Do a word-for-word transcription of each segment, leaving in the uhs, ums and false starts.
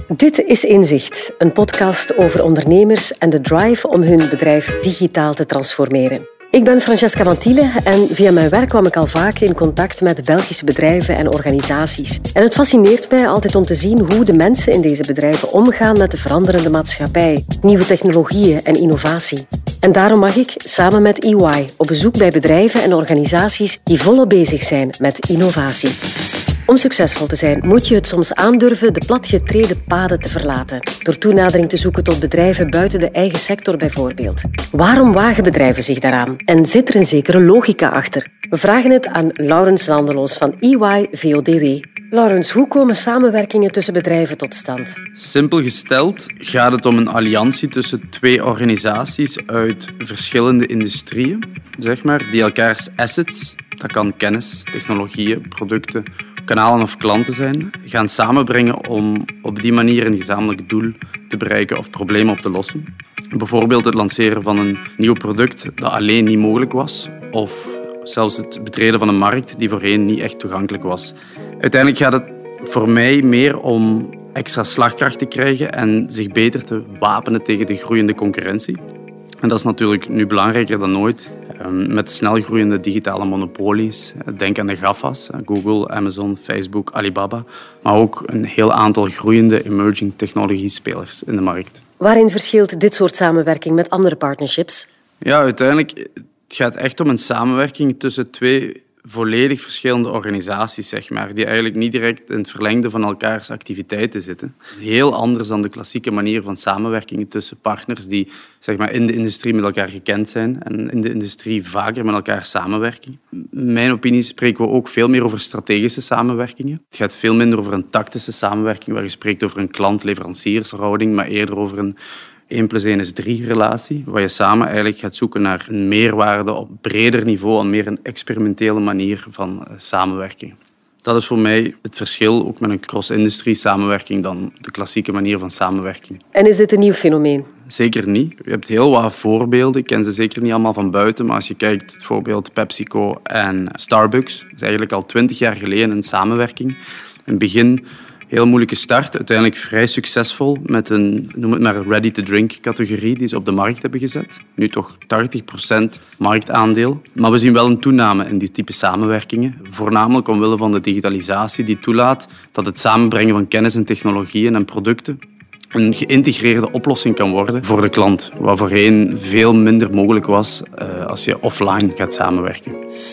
Dit is Inzicht, een podcast over ondernemers en de drive om hun bedrijf digitaal te transformeren. Ik ben Francesca van Thiele en via mijn werk kwam ik al vaak in contact met Belgische bedrijven en organisaties. En het fascineert mij altijd om te zien hoe de mensen in deze bedrijven omgaan met de veranderende maatschappij, nieuwe technologieën en innovatie. En daarom mag ik samen met E Y op bezoek bij bedrijven en organisaties die volop bezig zijn met innovatie. Om succesvol te zijn moet je het soms aandurven de platgetreden paden te verlaten. Door toenadering te zoeken tot bedrijven buiten de eigen sector bijvoorbeeld. Waarom wagen bedrijven zich daaraan? En zit er een zekere logica achter? We vragen het aan Laurens Landeloos van E Y V O D W. Laurens, hoe komen samenwerkingen tussen bedrijven tot stand? Simpel gesteld gaat het om een alliantie tussen twee organisaties uit verschillende industrieën, zeg maar, die elkaars assets, dat kan kennis, technologieën, producten, kanalen of klanten zijn, gaan samenbrengen om op die manier een gezamenlijk doel te bereiken of problemen op te lossen. Bijvoorbeeld het lanceren van een nieuw product dat alleen niet mogelijk was, of zelfs het betreden van een markt die voorheen niet echt toegankelijk was. Uiteindelijk gaat het voor mij meer om extra slagkracht te krijgen en zich beter te wapenen tegen de groeiende concurrentie. En dat is natuurlijk nu belangrijker dan ooit. Met snel groeiende digitale monopolies. Denk aan de GAFA's, Google, Amazon, Facebook, Alibaba. Maar ook een heel aantal groeiende emerging technologie-spelers in de markt. Waarin verschilt dit soort samenwerking met andere partnerships? Ja, uiteindelijk het gaat echt om een samenwerking tussen twee volledig verschillende organisaties, zeg maar, die eigenlijk niet direct in het verlengde van elkaars activiteiten zitten. Heel anders dan de klassieke manier van samenwerking tussen partners die, zeg maar, in de industrie met elkaar gekend zijn en in de industrie vaker met elkaar samenwerken. In mijn opinie spreken we ook veel meer over strategische samenwerkingen. Het gaat veel minder over een tactische samenwerking waar je spreekt over een klant-leveranciersverhouding, maar eerder over een één plus één is drie relatie, waar je samen eigenlijk gaat zoeken naar een meerwaarde op breder niveau en meer een experimentele manier van samenwerking. Dat is voor mij het verschil, ook met een cross-industrie samenwerking, dan de klassieke manier van samenwerking. En is dit een nieuw fenomeen? Zeker niet. Je hebt heel wat voorbeelden. Ik ken ze zeker niet allemaal van buiten, maar als je kijkt, het voorbeeld PepsiCo en Starbucks, dat is eigenlijk al twintig jaar geleden een samenwerking. In het begin heel moeilijke start, uiteindelijk vrij succesvol met een, noem het maar, ready-to-drink-categorie die ze op de markt hebben gezet. Nu toch tachtig procent marktaandeel. Maar we zien wel een toename in die type samenwerkingen. Voornamelijk omwille van de digitalisatie die toelaat dat het samenbrengen van kennis en technologieën en producten een geïntegreerde oplossing kan worden voor de klant, wat voorheen veel minder mogelijk was uh, als je offline gaat samenwerken.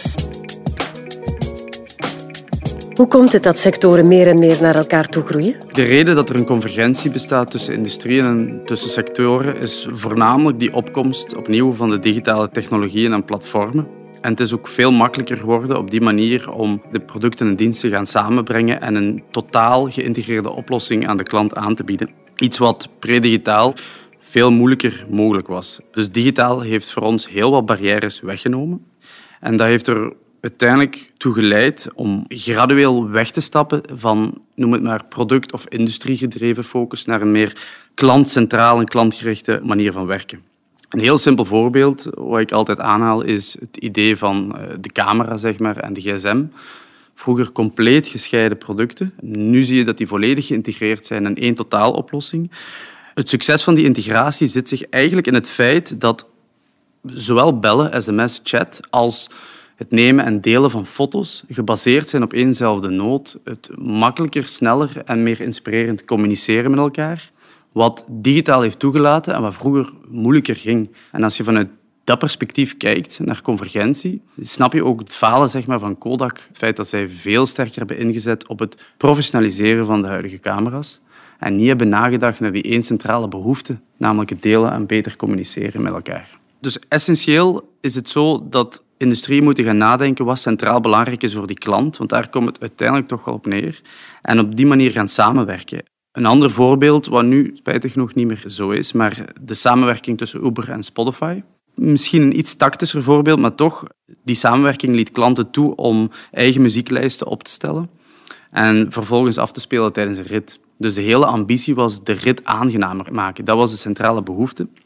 Hoe komt het dat sectoren meer en meer naar elkaar toe groeien? De reden dat er een convergentie bestaat tussen industrieën en tussen sectoren is voornamelijk die opkomst opnieuw van de digitale technologieën en platformen. En het is ook veel makkelijker geworden op die manier om de producten en diensten te gaan samenbrengen en een totaal geïntegreerde oplossing aan de klant aan te bieden. Iets wat pre-digitaal veel moeilijker mogelijk was. Dus digitaal heeft voor ons heel wat barrières weggenomen. En dat heeft er uiteindelijk toe geleid om gradueel weg te stappen van, noem het maar, product- of industriegedreven focus naar een meer klantcentraal en klantgerichte manier van werken. Een heel simpel voorbeeld wat ik altijd aanhaal is het idee van de camera, zeg maar, en de gsm. Vroeger compleet gescheiden producten. Nu zie je dat die volledig geïntegreerd zijn in één totaaloplossing. Het succes van die integratie zit zich eigenlijk in het feit dat zowel bellen, sms, chat als het nemen en delen van foto's gebaseerd zijn op éénzelfde nood, het makkelijker, sneller en meer inspirerend communiceren met elkaar, wat digitaal heeft toegelaten en wat vroeger moeilijker ging. En als je vanuit dat perspectief kijkt naar convergentie, snap je ook het falen, zeg maar, van Kodak, het feit dat zij veel sterker hebben ingezet op het professionaliseren van de huidige camera's en niet hebben nagedacht naar die één centrale behoefte, namelijk het delen en beter communiceren met elkaar. Dus essentieel is het zo dat industrieën moeten gaan nadenken wat centraal belangrijk is voor die klant, want daar komt het uiteindelijk toch wel op neer, en op die manier gaan samenwerken. Een ander voorbeeld, wat nu spijtig genoeg niet meer zo is, maar de samenwerking tussen Uber en Spotify. Misschien een iets tactischer voorbeeld, maar toch, die samenwerking liet klanten toe om eigen muzieklijsten op te stellen en vervolgens af te spelen tijdens een rit. Dus de hele ambitie was de rit aangenamer maken. Dat was de centrale behoefte.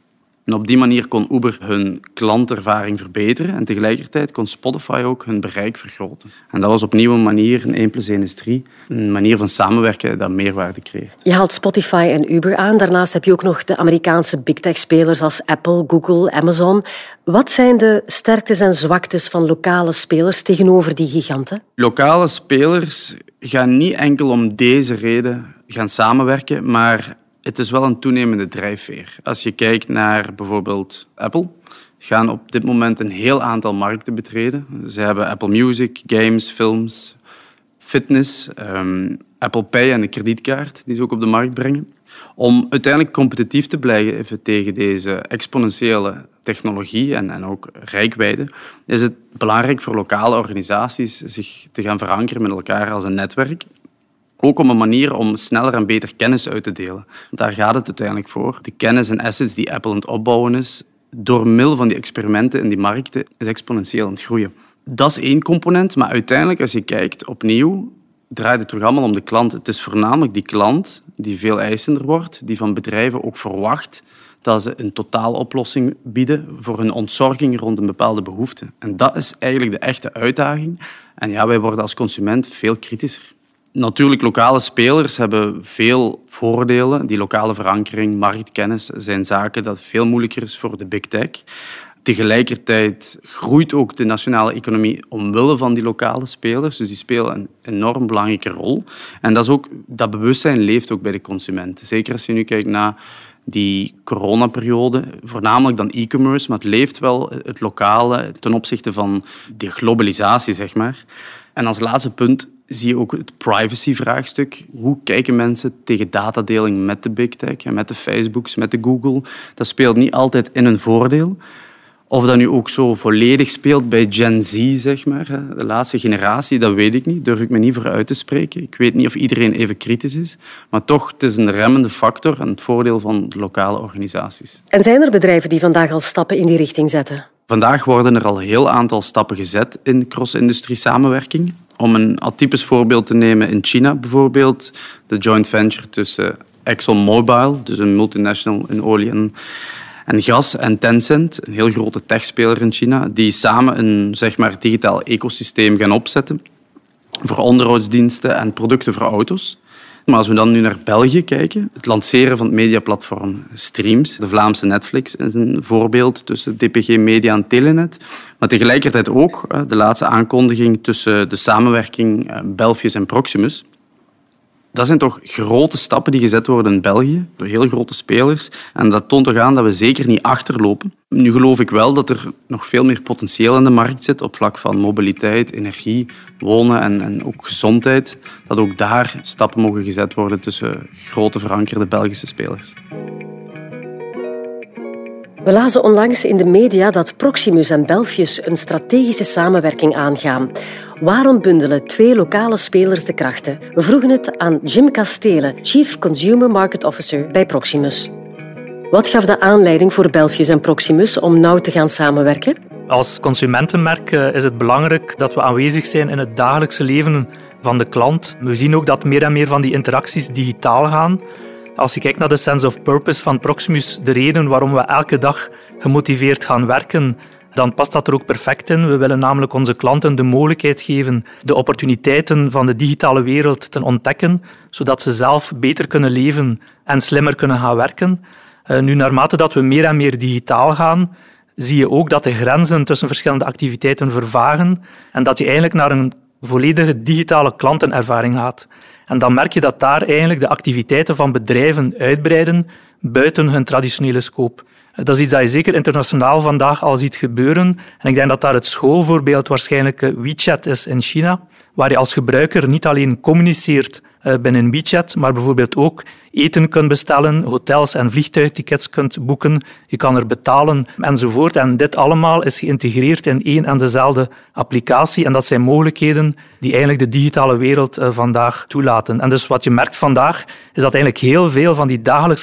En op die manier kon Uber hun klantervaring verbeteren en tegelijkertijd kon Spotify ook hun bereik vergroten. En dat was opnieuw een manier, een één plus één is drie, een manier van samenwerken dat meerwaarde creëert. Je haalt Spotify en Uber aan. Daarnaast heb je ook nog de Amerikaanse big tech-spelers als Apple, Google, Amazon. Wat zijn de sterktes en zwaktes van lokale spelers tegenover die giganten? Lokale spelers gaan niet enkel om deze reden gaan samenwerken, maar het is wel een toenemende drijfveer. Als je kijkt naar bijvoorbeeld Apple, gaan op dit moment een heel aantal markten betreden. Ze hebben Apple Music, games, films, fitness, um, Apple Pay en de kredietkaart die ze ook op de markt brengen. Om uiteindelijk competitief te blijven tegen deze exponentiële technologie en, en ook reikwijdte, is het belangrijk voor lokale organisaties zich te gaan verankeren met elkaar als een netwerk. Ook om een manier om sneller en beter kennis uit te delen. Want daar gaat het uiteindelijk voor. De kennis en assets die Apple aan het opbouwen is, door middel van die experimenten in die markten, is exponentieel aan het groeien. Dat is één component, maar uiteindelijk, als je kijkt opnieuw, draait het terug allemaal om de klant. Het is voornamelijk die klant die veel eisender wordt, die van bedrijven ook verwacht dat ze een totaaloplossing bieden voor hun ontzorging rond een bepaalde behoefte. En dat is eigenlijk de echte uitdaging. En ja, wij worden als consument veel kritischer. Natuurlijk, lokale spelers hebben veel voordelen. Die lokale verankering, marktkennis zijn zaken dat veel moeilijker is voor de big tech. Tegelijkertijd groeit ook de nationale economie omwille van die lokale spelers. Dus die spelen een enorm belangrijke rol. En dat, is ook, dat bewustzijn leeft ook bij de consument. Zeker als je nu kijkt naar die coronaperiode, voornamelijk dan e-commerce, maar het leeft wel het lokale ten opzichte van die globalisatie, zeg maar. En als laatste punt zie je ook het privacy-vraagstuk. Hoe kijken mensen tegen datadeling met de big tech en met de Facebooks, met de Google? Dat speelt niet altijd in hun voordeel. Of dat nu ook zo volledig speelt bij Gen Z, zeg maar, de laatste generatie, dat weet ik niet. Durf ik me niet voor uit te spreken. Ik weet niet of iedereen even kritisch is. Maar toch, het is een remmende factor en het voordeel van de lokale organisaties. En zijn er bedrijven die vandaag al stappen in die richting zetten? Vandaag worden er al een heel aantal stappen gezet in cross-industrie samenwerking. Om een atypisch voorbeeld te nemen, in China bijvoorbeeld, de joint venture tussen ExxonMobil, dus een multinational in olie en, en gas, en Tencent, een heel grote techspeler in China, die samen een zeg maar, digitaal ecosysteem gaan opzetten voor onderhoudsdiensten en producten voor auto's. Maar als we dan nu naar België kijken, het lanceren van het mediaplatform Streams, de Vlaamse Netflix, is een voorbeeld tussen D P G Media en Telenet. Maar tegelijkertijd ook de laatste aankondiging tussen de samenwerking Belfius en Proximus. Dat zijn toch grote stappen die gezet worden in België door heel grote spelers. En dat toont toch aan dat we zeker niet achterlopen. Nu geloof ik wel dat er nog veel meer potentieel in de markt zit op vlak van mobiliteit, energie, wonen en, en ook gezondheid. Dat ook daar stappen mogen gezet worden tussen grote verankerde Belgische spelers. We lazen onlangs in de media dat Proximus en Belfius een strategische samenwerking aangaan. Waarom bundelen twee lokale spelers de krachten? We vroegen het aan Jim Kastelen, Chief Consumer Market Officer bij Proximus. Wat gaf de aanleiding voor Belfius en Proximus om nauw te gaan samenwerken? Als consumentenmerk is het belangrijk dat we aanwezig zijn in het dagelijkse leven van de klant. We zien ook dat meer en meer van die interacties digitaal gaan. Als je kijkt naar de sense of purpose van Proximus, de reden waarom we elke dag gemotiveerd gaan werken, dan past dat er ook perfect in. We willen namelijk onze klanten de mogelijkheid geven de opportuniteiten van de digitale wereld te ontdekken, zodat ze zelf beter kunnen leven en slimmer kunnen gaan werken. Uh, nu, naarmate dat we meer en meer digitaal gaan, zie je ook dat de grenzen tussen verschillende activiteiten vervagen en dat je eigenlijk naar een volledige digitale klantenervaring gaat. En dan merk je dat daar eigenlijk de activiteiten van bedrijven uitbreiden buiten hun traditionele scope. Dat is iets dat je zeker internationaal vandaag al ziet gebeuren. En ik denk dat daar het schoolvoorbeeld waarschijnlijk WeChat is in China, waar je als gebruiker niet alleen communiceert binnen WeChat, maar bijvoorbeeld ook eten kunt bestellen, hotels en vliegtuigtickets kunt boeken, je kan er betalen enzovoort. En dit allemaal is geïntegreerd in één en dezelfde applicatie. En dat zijn mogelijkheden die eigenlijk de digitale wereld vandaag toelaten. En dus wat je merkt vandaag, is dat eigenlijk heel veel van die dagelijkse interacties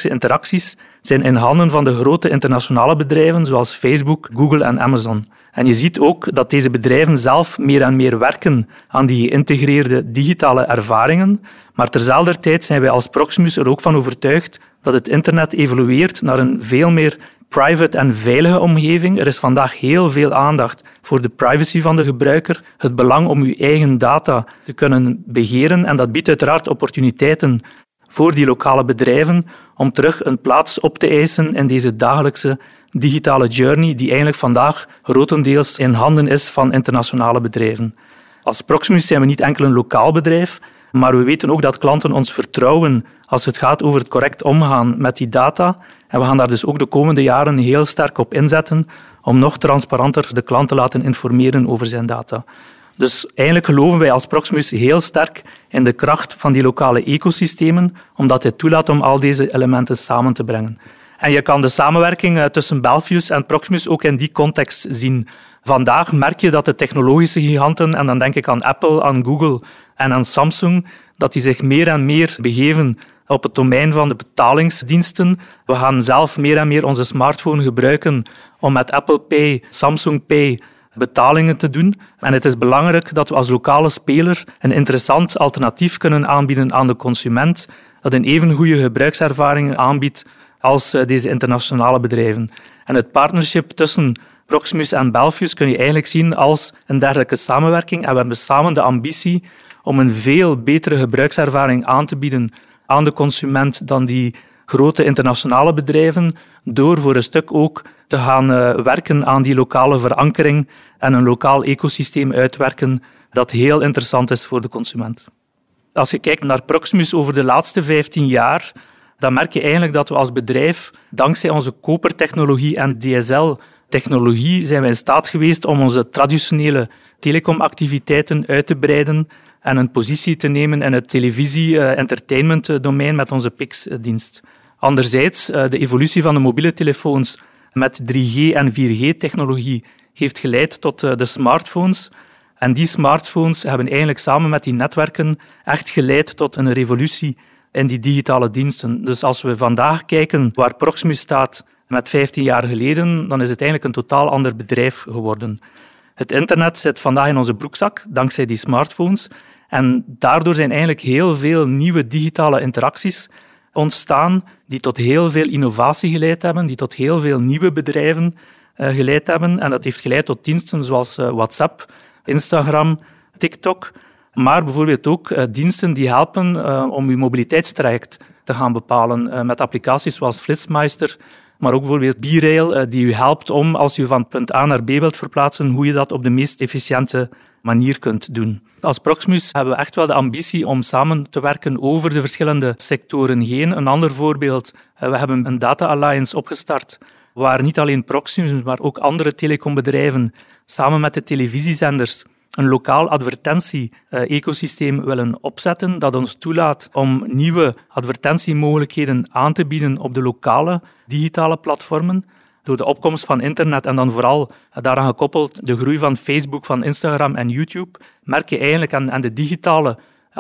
interacties zijn in handen van de grote internationale bedrijven zoals Facebook, Google en Amazon. En je ziet ook dat deze bedrijven zelf meer en meer werken aan die geïntegreerde digitale ervaringen. Maar terzelfde tijd zijn wij als Proximus er ook van overtuigd dat het internet evolueert naar een veel meer private en veilige omgeving. Er is vandaag heel veel aandacht voor de privacy van de gebruiker, het belang om je eigen data te kunnen beheren. En dat biedt uiteraard opportuniteiten voor die lokale bedrijven om terug een plaats op te eisen in deze dagelijkse digitale journey die eigenlijk vandaag grotendeels in handen is van internationale bedrijven. Als Proximus zijn we niet enkel een lokaal bedrijf, maar we weten ook dat klanten ons vertrouwen als het gaat over het correct omgaan met die data. En we gaan daar dus ook de komende jaren heel sterk op inzetten om nog transparanter de klant te laten informeren over zijn data. Dus eigenlijk geloven wij als Proximus heel sterk in de kracht van die lokale ecosystemen, omdat het toelaat om al deze elementen samen te brengen. En je kan de samenwerking tussen Belfius en Proximus ook in die context zien. Vandaag merk je dat de technologische giganten, en dan denk ik aan Apple, aan Google en aan Samsung, dat die zich meer en meer begeven op het domein van de betalingsdiensten. We gaan zelf meer en meer onze smartphone gebruiken om met Apple Pay, Samsung Pay betalingen te doen. En het is belangrijk dat we als lokale speler een interessant alternatief kunnen aanbieden aan de consument, dat een even goede gebruikservaring aanbiedt als deze internationale bedrijven. En het partnership tussen Proximus en Belfius kun je eigenlijk zien als een dergelijke samenwerking. En we hebben samen de ambitie om een veel betere gebruikservaring aan te bieden aan de consument dan die grote internationale bedrijven, door voor een stuk ook te gaan werken aan die lokale verankering en een lokaal ecosysteem uitwerken dat heel interessant is voor de consument. Als je kijkt naar Proximus over de laatste vijftien jaar, dan merk je eigenlijk dat we als bedrijf, dankzij onze kopertechnologie en D S L-technologie, zijn we in staat geweest om onze traditionele telecomactiviteiten uit te breiden en een positie te nemen in het televisie-entertainment-domein met onze P I X-dienst. Anderzijds, de evolutie van de mobiele telefoons met drie G en vier G-technologie heeft geleid tot de smartphones. En die smartphones hebben eigenlijk samen met die netwerken echt geleid tot een revolutie in die digitale diensten. Dus als we vandaag kijken waar Proximus staat met vijftien jaar geleden, dan is het eigenlijk een totaal ander bedrijf geworden. Het internet zit vandaag in onze broekzak, dankzij die smartphones. En daardoor zijn eigenlijk heel veel nieuwe digitale interacties ontstaan die tot heel veel innovatie geleid hebben, die tot heel veel nieuwe bedrijven uh, geleid hebben. En dat heeft geleid tot diensten zoals uh, WhatsApp, Instagram, TikTok, maar bijvoorbeeld ook uh, diensten die helpen uh, om uw mobiliteitstraject te gaan bepalen uh, met applicaties zoals Flitsmeister, maar ook bijvoorbeeld B-Rail, uh, die u helpt om, als u van punt A naar B wilt verplaatsen, hoe je dat op de meest efficiënte manier kunt doen. Als Proximus hebben we echt wel de ambitie om samen te werken over de verschillende sectoren heen. Een ander voorbeeld, uh, we hebben een Data Alliance opgestart, waar niet alleen Proximus, maar ook andere telecombedrijven samen met de televisiezenders een lokaal advertentie-ecosysteem willen opzetten dat ons toelaat om nieuwe advertentiemogelijkheden aan te bieden op de lokale digitale platformen. Door de opkomst van internet en dan vooral daaraan gekoppeld de groei van Facebook, van Instagram en YouTube, merk je eigenlijk aan, aan de digitale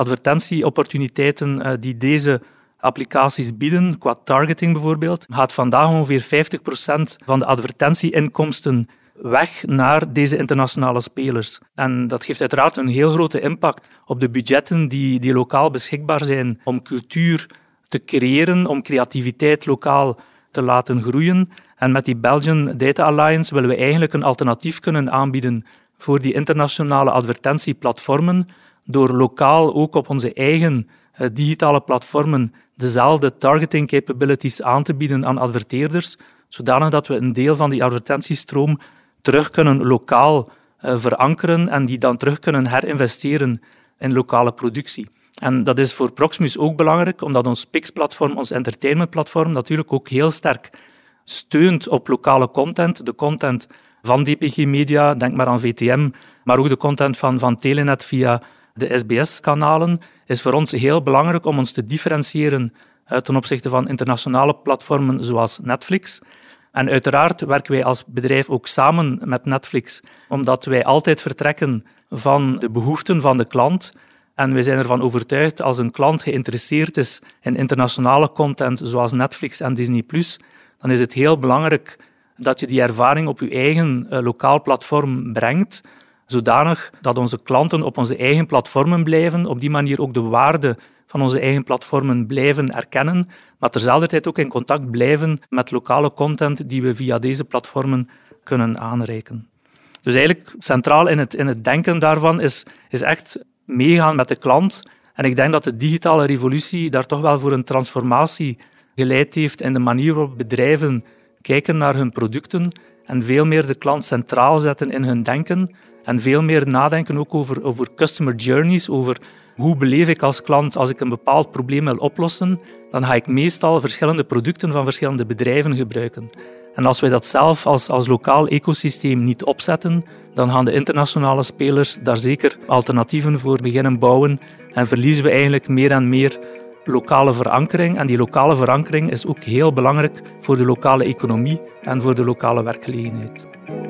advertentieopportuniteiten die deze applicaties bieden, qua targeting bijvoorbeeld, gaat vandaag ongeveer vijftig procent van de advertentieinkomsten weg naar deze internationale spelers. En dat geeft uiteraard een heel grote impact op de budgetten die, die lokaal beschikbaar zijn om cultuur te creëren, om creativiteit lokaal te laten groeien. En met die Belgian Data Alliance willen we eigenlijk een alternatief kunnen aanbieden voor die internationale advertentieplatformen, door lokaal ook op onze eigen uh, digitale platformen dezelfde targeting capabilities aan te bieden aan adverteerders, zodanig dat we een deel van die advertentiestroom terug kunnen lokaal uh, verankeren en die dan terug kunnen herinvesteren in lokale productie. En dat is voor Proximus ook belangrijk, omdat ons P I X-platform, ons entertainmentplatform, natuurlijk ook heel sterk steunt op lokale content. De content van D P G Media, denk maar aan V T M, maar ook de content van, van Telenet via de S B S-kanalen, is voor ons heel belangrijk om ons te differentiëren uh, ten opzichte van internationale platformen zoals Netflix. En uiteraard werken wij als bedrijf ook samen met Netflix, omdat wij altijd vertrekken van de behoeften van de klant En we zijn ervan overtuigd, als een klant geïnteresseerd is in internationale content, zoals Netflix en Disney plus, dan is het heel belangrijk dat je die ervaring op je eigen uh, lokaal platform brengt, zodanig dat onze klanten op onze eigen platformen blijven, op die manier ook de waarde van onze eigen platformen blijven erkennen, maar terzelfde ook in contact blijven met lokale content die we via deze platformen kunnen aanreiken. Dus eigenlijk centraal in het, in het denken daarvan is, is echt meegaan met de klant. En ik denk dat de digitale revolutie daar toch wel voor een transformatie geleid heeft in de manier waarop bedrijven kijken naar hun producten en veel meer de klant centraal zetten in hun denken en veel meer nadenken ook over, over customer journeys, over hoe beleef ik als klant als ik een bepaald probleem wil oplossen, dan ga ik meestal verschillende producten van verschillende bedrijven gebruiken. En als wij dat zelf als, als lokaal ecosysteem niet opzetten, dan gaan de internationale spelers daar zeker alternatieven voor beginnen bouwen en verliezen we eigenlijk meer en meer lokale verankering. En die lokale verankering is ook heel belangrijk voor de lokale economie en voor de lokale werkgelegenheid.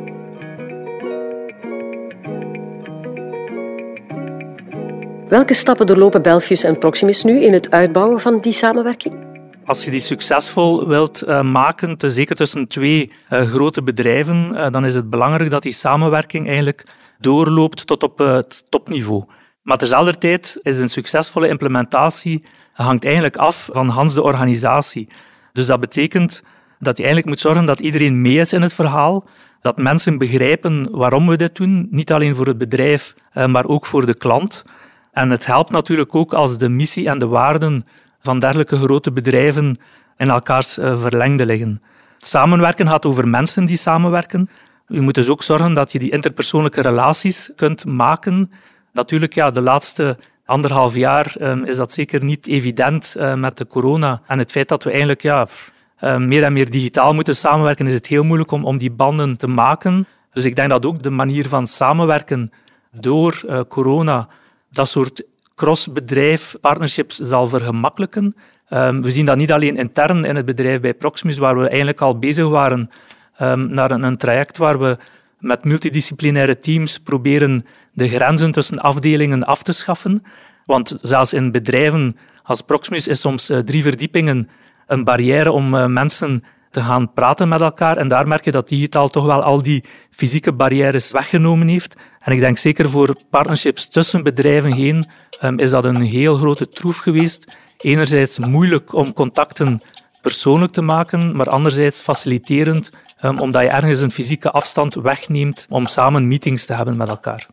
Welke stappen doorlopen Belfius en Proximus nu in het uitbouwen van die samenwerking? Als je die succesvol wilt uh, maken, zeker tussen twee uh, grote bedrijven, uh, dan is het belangrijk dat die samenwerking eigenlijk doorloopt tot op uh, het topniveau. Maar terzelfde tijd is een succesvolle implementatie hangt eigenlijk af van Hans de organisatie. Dus dat betekent dat je eigenlijk moet zorgen dat iedereen mee is in het verhaal, dat mensen begrijpen waarom we dit doen, niet alleen voor het bedrijf, uh, maar ook voor de klant. En het helpt natuurlijk ook als de missie en de waarden van dergelijke grote bedrijven in elkaars uh, verlengde liggen. Samenwerken gaat over mensen die samenwerken. Je moet dus ook zorgen dat je die interpersoonlijke relaties kunt maken. Natuurlijk, ja, de laatste anderhalf jaar um, is dat zeker niet evident uh, met de corona. En het feit dat we eigenlijk ja, uh, meer en meer digitaal moeten samenwerken, is het heel moeilijk om, om die banden te maken. Dus ik denk dat ook de manier van samenwerken door uh, corona, dat soort cross-bedrijf partnerships zal vergemakkelijken. Um, we zien dat niet alleen intern in het bedrijf bij Proximus, waar we eigenlijk al bezig waren um, naar een, een traject waar we met multidisciplinaire teams proberen de grenzen tussen afdelingen af te schaffen. Want zelfs in bedrijven als Proximus is soms uh, drie verdiepingen een barrière om uh, mensen te gaan praten met elkaar. En daar merk je dat digitaal toch wel al die fysieke barrières weggenomen heeft. En ik denk zeker voor partnerships tussen bedrijven heen um, is dat een heel grote troef geweest. Enerzijds moeilijk om contacten persoonlijk te maken, maar anderzijds faciliterend, um, omdat je ergens een fysieke afstand wegneemt om samen meetings te hebben met elkaar.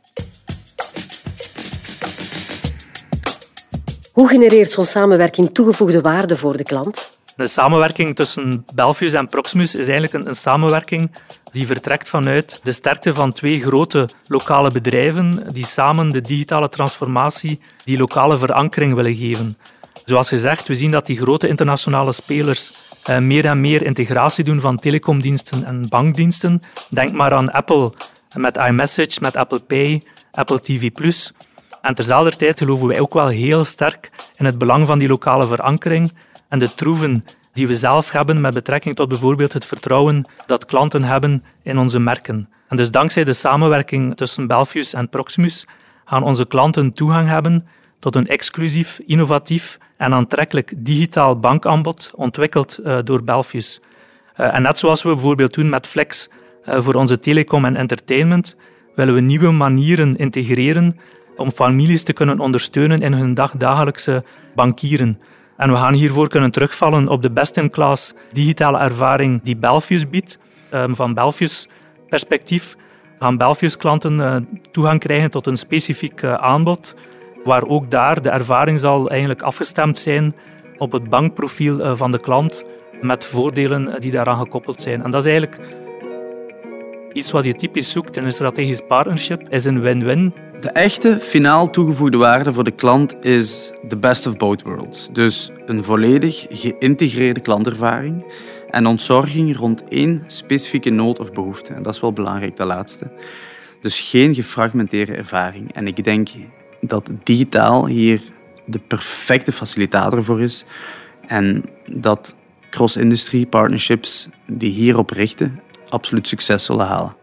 Hoe genereert zo'n samenwerking toegevoegde waarde voor de klant? De samenwerking tussen Belfius en Proximus is eigenlijk een, een samenwerking die vertrekt vanuit de sterkte van twee grote lokale bedrijven die samen de digitale transformatie, die lokale verankering willen geven. Zoals gezegd, we zien dat die grote internationale spelers uh, meer en meer integratie doen van telecomdiensten en bankdiensten. Denk maar aan Apple met iMessage, met Apple Pay, Apple T V plus. En terzelfde tijd geloven wij ook wel heel sterk in het belang van die lokale verankering en de troeven die we zelf hebben met betrekking tot bijvoorbeeld het vertrouwen dat klanten hebben in onze merken. En dus dankzij de samenwerking tussen Belfius en Proximus gaan onze klanten toegang hebben tot een exclusief, innovatief en aantrekkelijk digitaal bankaanbod ontwikkeld uh, door Belfius. Uh, en net zoals we bijvoorbeeld doen met Flex uh, voor onze telecom en entertainment, willen we nieuwe manieren integreren om families te kunnen ondersteunen in hun dagdagelijkse bankieren. En we gaan hiervoor kunnen terugvallen op de best-in-class digitale ervaring die Belfius biedt. Um, van Belfius perspectief gaan Belfius-klanten uh, toegang krijgen tot een specifiek uh, aanbod, waar ook daar de ervaring zal eigenlijk afgestemd zijn op het bankprofiel uh, van de klant, met voordelen die daaraan gekoppeld zijn. En dat is eigenlijk iets wat je typisch zoekt in een strategisch partnership, is een win-win. De echte finaal toegevoegde waarde voor de klant is the best of both worlds. Dus een volledig geïntegreerde klantervaring en ontzorging rond één specifieke nood of behoefte. En dat is wel belangrijk, dat laatste. Dus geen gefragmenteerde ervaring. En ik denk dat digitaal hier de perfecte facilitator voor is en dat cross-industry partnerships die hierop richten absoluut succes zullen halen.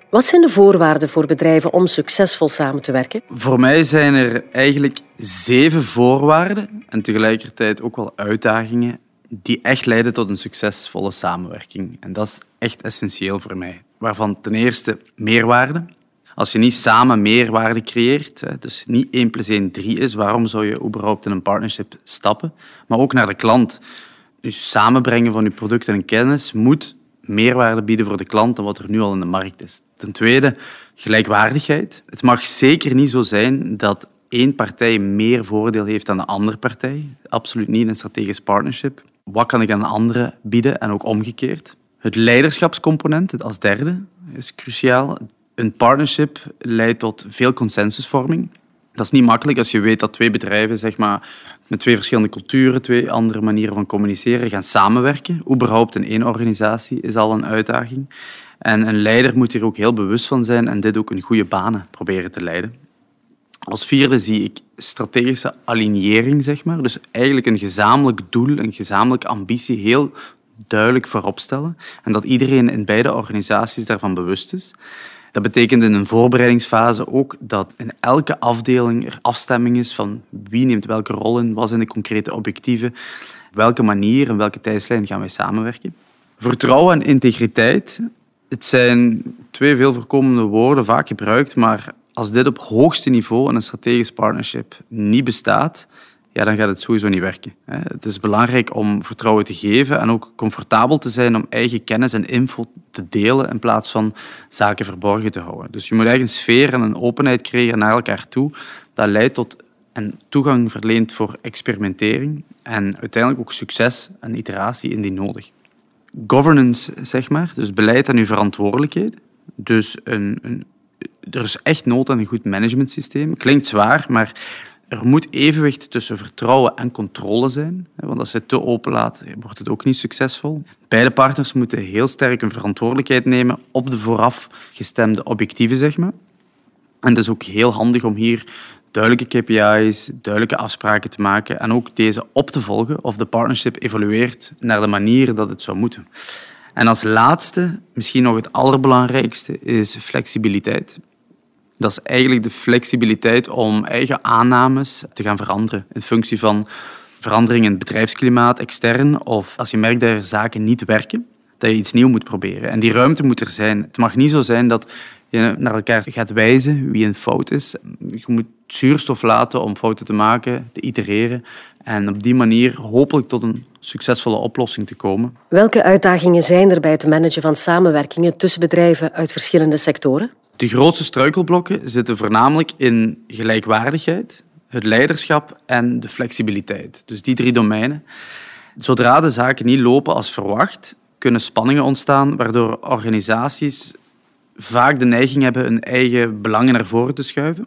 Wat zijn de voorwaarden voor bedrijven om succesvol samen te werken? Voor mij zijn er eigenlijk zeven voorwaarden en tegelijkertijd ook wel uitdagingen die echt leiden tot een succesvolle samenwerking. En dat is echt essentieel voor mij. Waarvan ten eerste meerwaarde. Als je niet samen meerwaarde creëert, dus niet één plus één drie is, waarom zou je überhaupt in een partnership stappen? Maar ook naar de klant. Dus samenbrengen van je producten en kennis moet meerwaarde bieden voor de klant dan wat er nu al in de markt is. Ten tweede, gelijkwaardigheid. Het mag zeker niet zo zijn dat één partij meer voordeel heeft dan de andere partij. Absoluut niet in een strategisch partnership. Wat kan ik aan de andere bieden en ook omgekeerd? Het leiderschapscomponent, het als derde, is cruciaal. Een partnership leidt tot veel consensusvorming. Dat is niet makkelijk als je weet dat twee bedrijven zeg maar, met twee verschillende culturen, twee andere manieren van communiceren, gaan samenwerken. Überhaupt in één organisatie is al een uitdaging. En een leider moet hier ook heel bewust van zijn en dit ook in goede banen proberen te leiden. Als vierde zie ik strategische alignering, zeg maar. Dus eigenlijk een gezamenlijk doel, een gezamenlijke ambitie heel duidelijk voorop stellen. En dat iedereen in beide organisaties daarvan bewust is. Dat betekent in een voorbereidingsfase ook dat in elke afdeling er afstemming is van wie neemt welke rol in, wat zijn de concrete objectieven, op welke manier en welke tijdslijn gaan wij samenwerken. Vertrouwen en integriteit, het zijn twee veel voorkomende woorden, vaak gebruikt, maar als dit op hoogste niveau in een strategisch partnership niet bestaat, ja, dan gaat het sowieso niet werken. Het is belangrijk om vertrouwen te geven en ook comfortabel te zijn om eigen kennis en info te delen in plaats van zaken verborgen te houden. Dus je moet eigenlijk een sfeer en een openheid creëren naar elkaar toe. Dat leidt tot een toegang verleent voor experimentering en uiteindelijk ook succes en iteratie indien nodig. Governance, zeg maar, dus beleid en uw verantwoordelijkheid. Dus een, een, er is echt nood aan een goed managementsysteem. Klinkt zwaar, maar er moet evenwicht tussen vertrouwen en controle zijn. Want als je het te open laat, wordt het ook niet succesvol. Beide partners moeten heel sterk een verantwoordelijkheid nemen op de vooraf gestemde objectieven, zeg maar. En het is ook heel handig om hier duidelijke K P I's, duidelijke afspraken te maken en ook deze op te volgen of de partnership evolueert naar de manier dat het zou moeten. En als laatste, misschien nog het allerbelangrijkste, is flexibiliteit. Dat is eigenlijk de flexibiliteit om eigen aannames te gaan veranderen in functie van verandering in het bedrijfsklimaat, extern, of als je merkt dat er zaken niet werken, dat je iets nieuws moet proberen. En die ruimte moet er zijn. Het mag niet zo zijn dat je naar elkaar gaat wijzen wie een fout is. Je moet zuurstof laten om fouten te maken, te itereren en op die manier hopelijk tot een succesvolle oplossing te komen. Welke uitdagingen zijn er bij het managen van samenwerkingen tussen bedrijven uit verschillende sectoren? De grootste struikelblokken zitten voornamelijk in gelijkwaardigheid, het leiderschap en de flexibiliteit. Dus die drie domeinen. Zodra de zaken niet lopen als verwacht, kunnen spanningen ontstaan, waardoor organisaties vaak de neiging hebben hun eigen belangen naar voren te schuiven.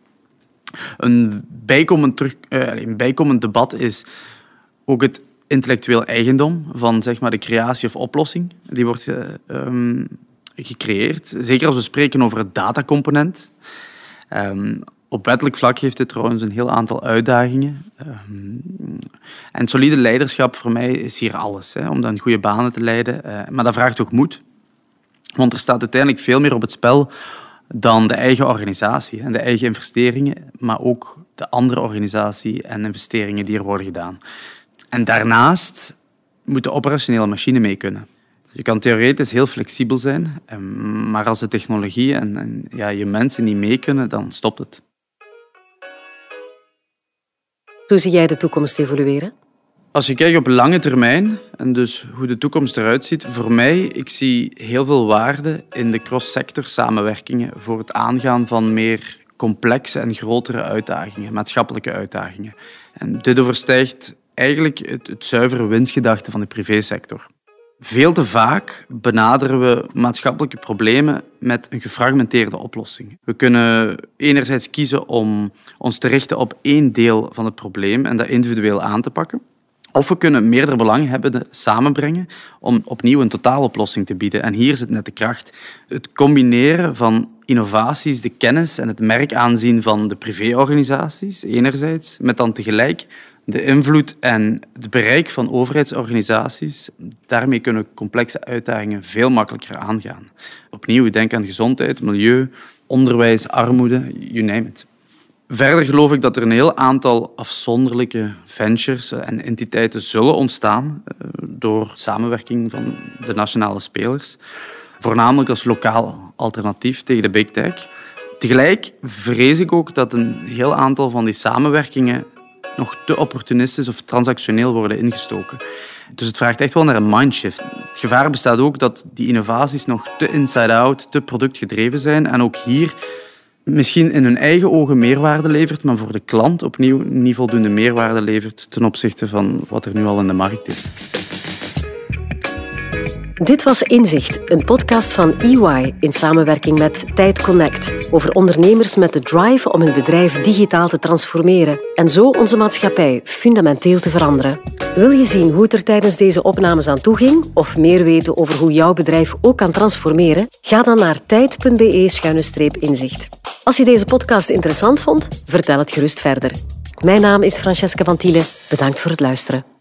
Een bijkomend, terug, uh, een bijkomend debat is ook het intellectueel eigendom van zeg maar, de creatie of oplossing. Die wordt uh, um, gecreëerd. Zeker als we spreken over het datacomponent. Um, op wettelijk vlak heeft dit trouwens een heel aantal uitdagingen. Um, en solide leiderschap voor mij is hier alles, hè, om dan goede banen te leiden. Uh, maar dat vraagt ook moed. Want er staat uiteindelijk veel meer op het spel dan de eigen organisatie en de eigen investeringen, maar ook de andere organisatie en investeringen die er worden gedaan. En daarnaast moet de operationele machine mee kunnen. Je kan theoretisch heel flexibel zijn, maar als de technologie en, en ja, je mensen niet mee kunnen, dan stopt het. Hoe zie jij de toekomst evolueren? Als je kijkt op lange termijn, en dus hoe de toekomst eruit ziet, voor mij, ik zie heel veel waarde in de cross-sector samenwerkingen voor het aangaan van meer complexe en grotere uitdagingen, maatschappelijke uitdagingen. En dit overstijgt eigenlijk het, het zuivere winstgedachte van de privésector. Veel te vaak benaderen we maatschappelijke problemen met een gefragmenteerde oplossing. We kunnen enerzijds kiezen om ons te richten op één deel van het probleem en dat individueel aan te pakken. Of we kunnen meerdere belanghebbenden samenbrengen om opnieuw een totaaloplossing te bieden. En hier zit net de kracht. Het combineren van innovaties, de kennis en het merkaanzien van de privéorganisaties, enerzijds, met dan tegelijk De invloed en het bereik van overheidsorganisaties, daarmee kunnen we complexe uitdagingen veel makkelijker aangaan. Opnieuw, denk aan gezondheid, milieu, onderwijs, armoede, you name it. Verder geloof ik dat er een heel aantal afzonderlijke ventures en entiteiten zullen ontstaan door samenwerking van de nationale spelers, voornamelijk als lokaal alternatief tegen de big tech. Tegelijk vrees ik ook dat een heel aantal van die samenwerkingen nog te opportunistisch of transactioneel worden ingestoken. Dus het vraagt echt wel naar een mindshift. Het gevaar bestaat ook dat die innovaties nog te inside-out, te productgedreven zijn en ook hier misschien in hun eigen ogen meerwaarde levert, maar voor de klant opnieuw niet voldoende meerwaarde levert ten opzichte van wat er nu al in de markt is. Dit was Inzicht, een podcast van E Y in samenwerking met Tijd Connect over ondernemers met de drive om hun bedrijf digitaal te transformeren en zo onze maatschappij fundamenteel te veranderen. Wil je zien hoe het er tijdens deze opnames aan toe ging of meer weten over hoe jouw bedrijf ook kan transformeren? Ga dan naar tijd.be schuine streep inzicht. Als je deze podcast interessant vond, vertel het gerust verder. Mijn naam is Francesca van Thiele. Bedankt voor het luisteren.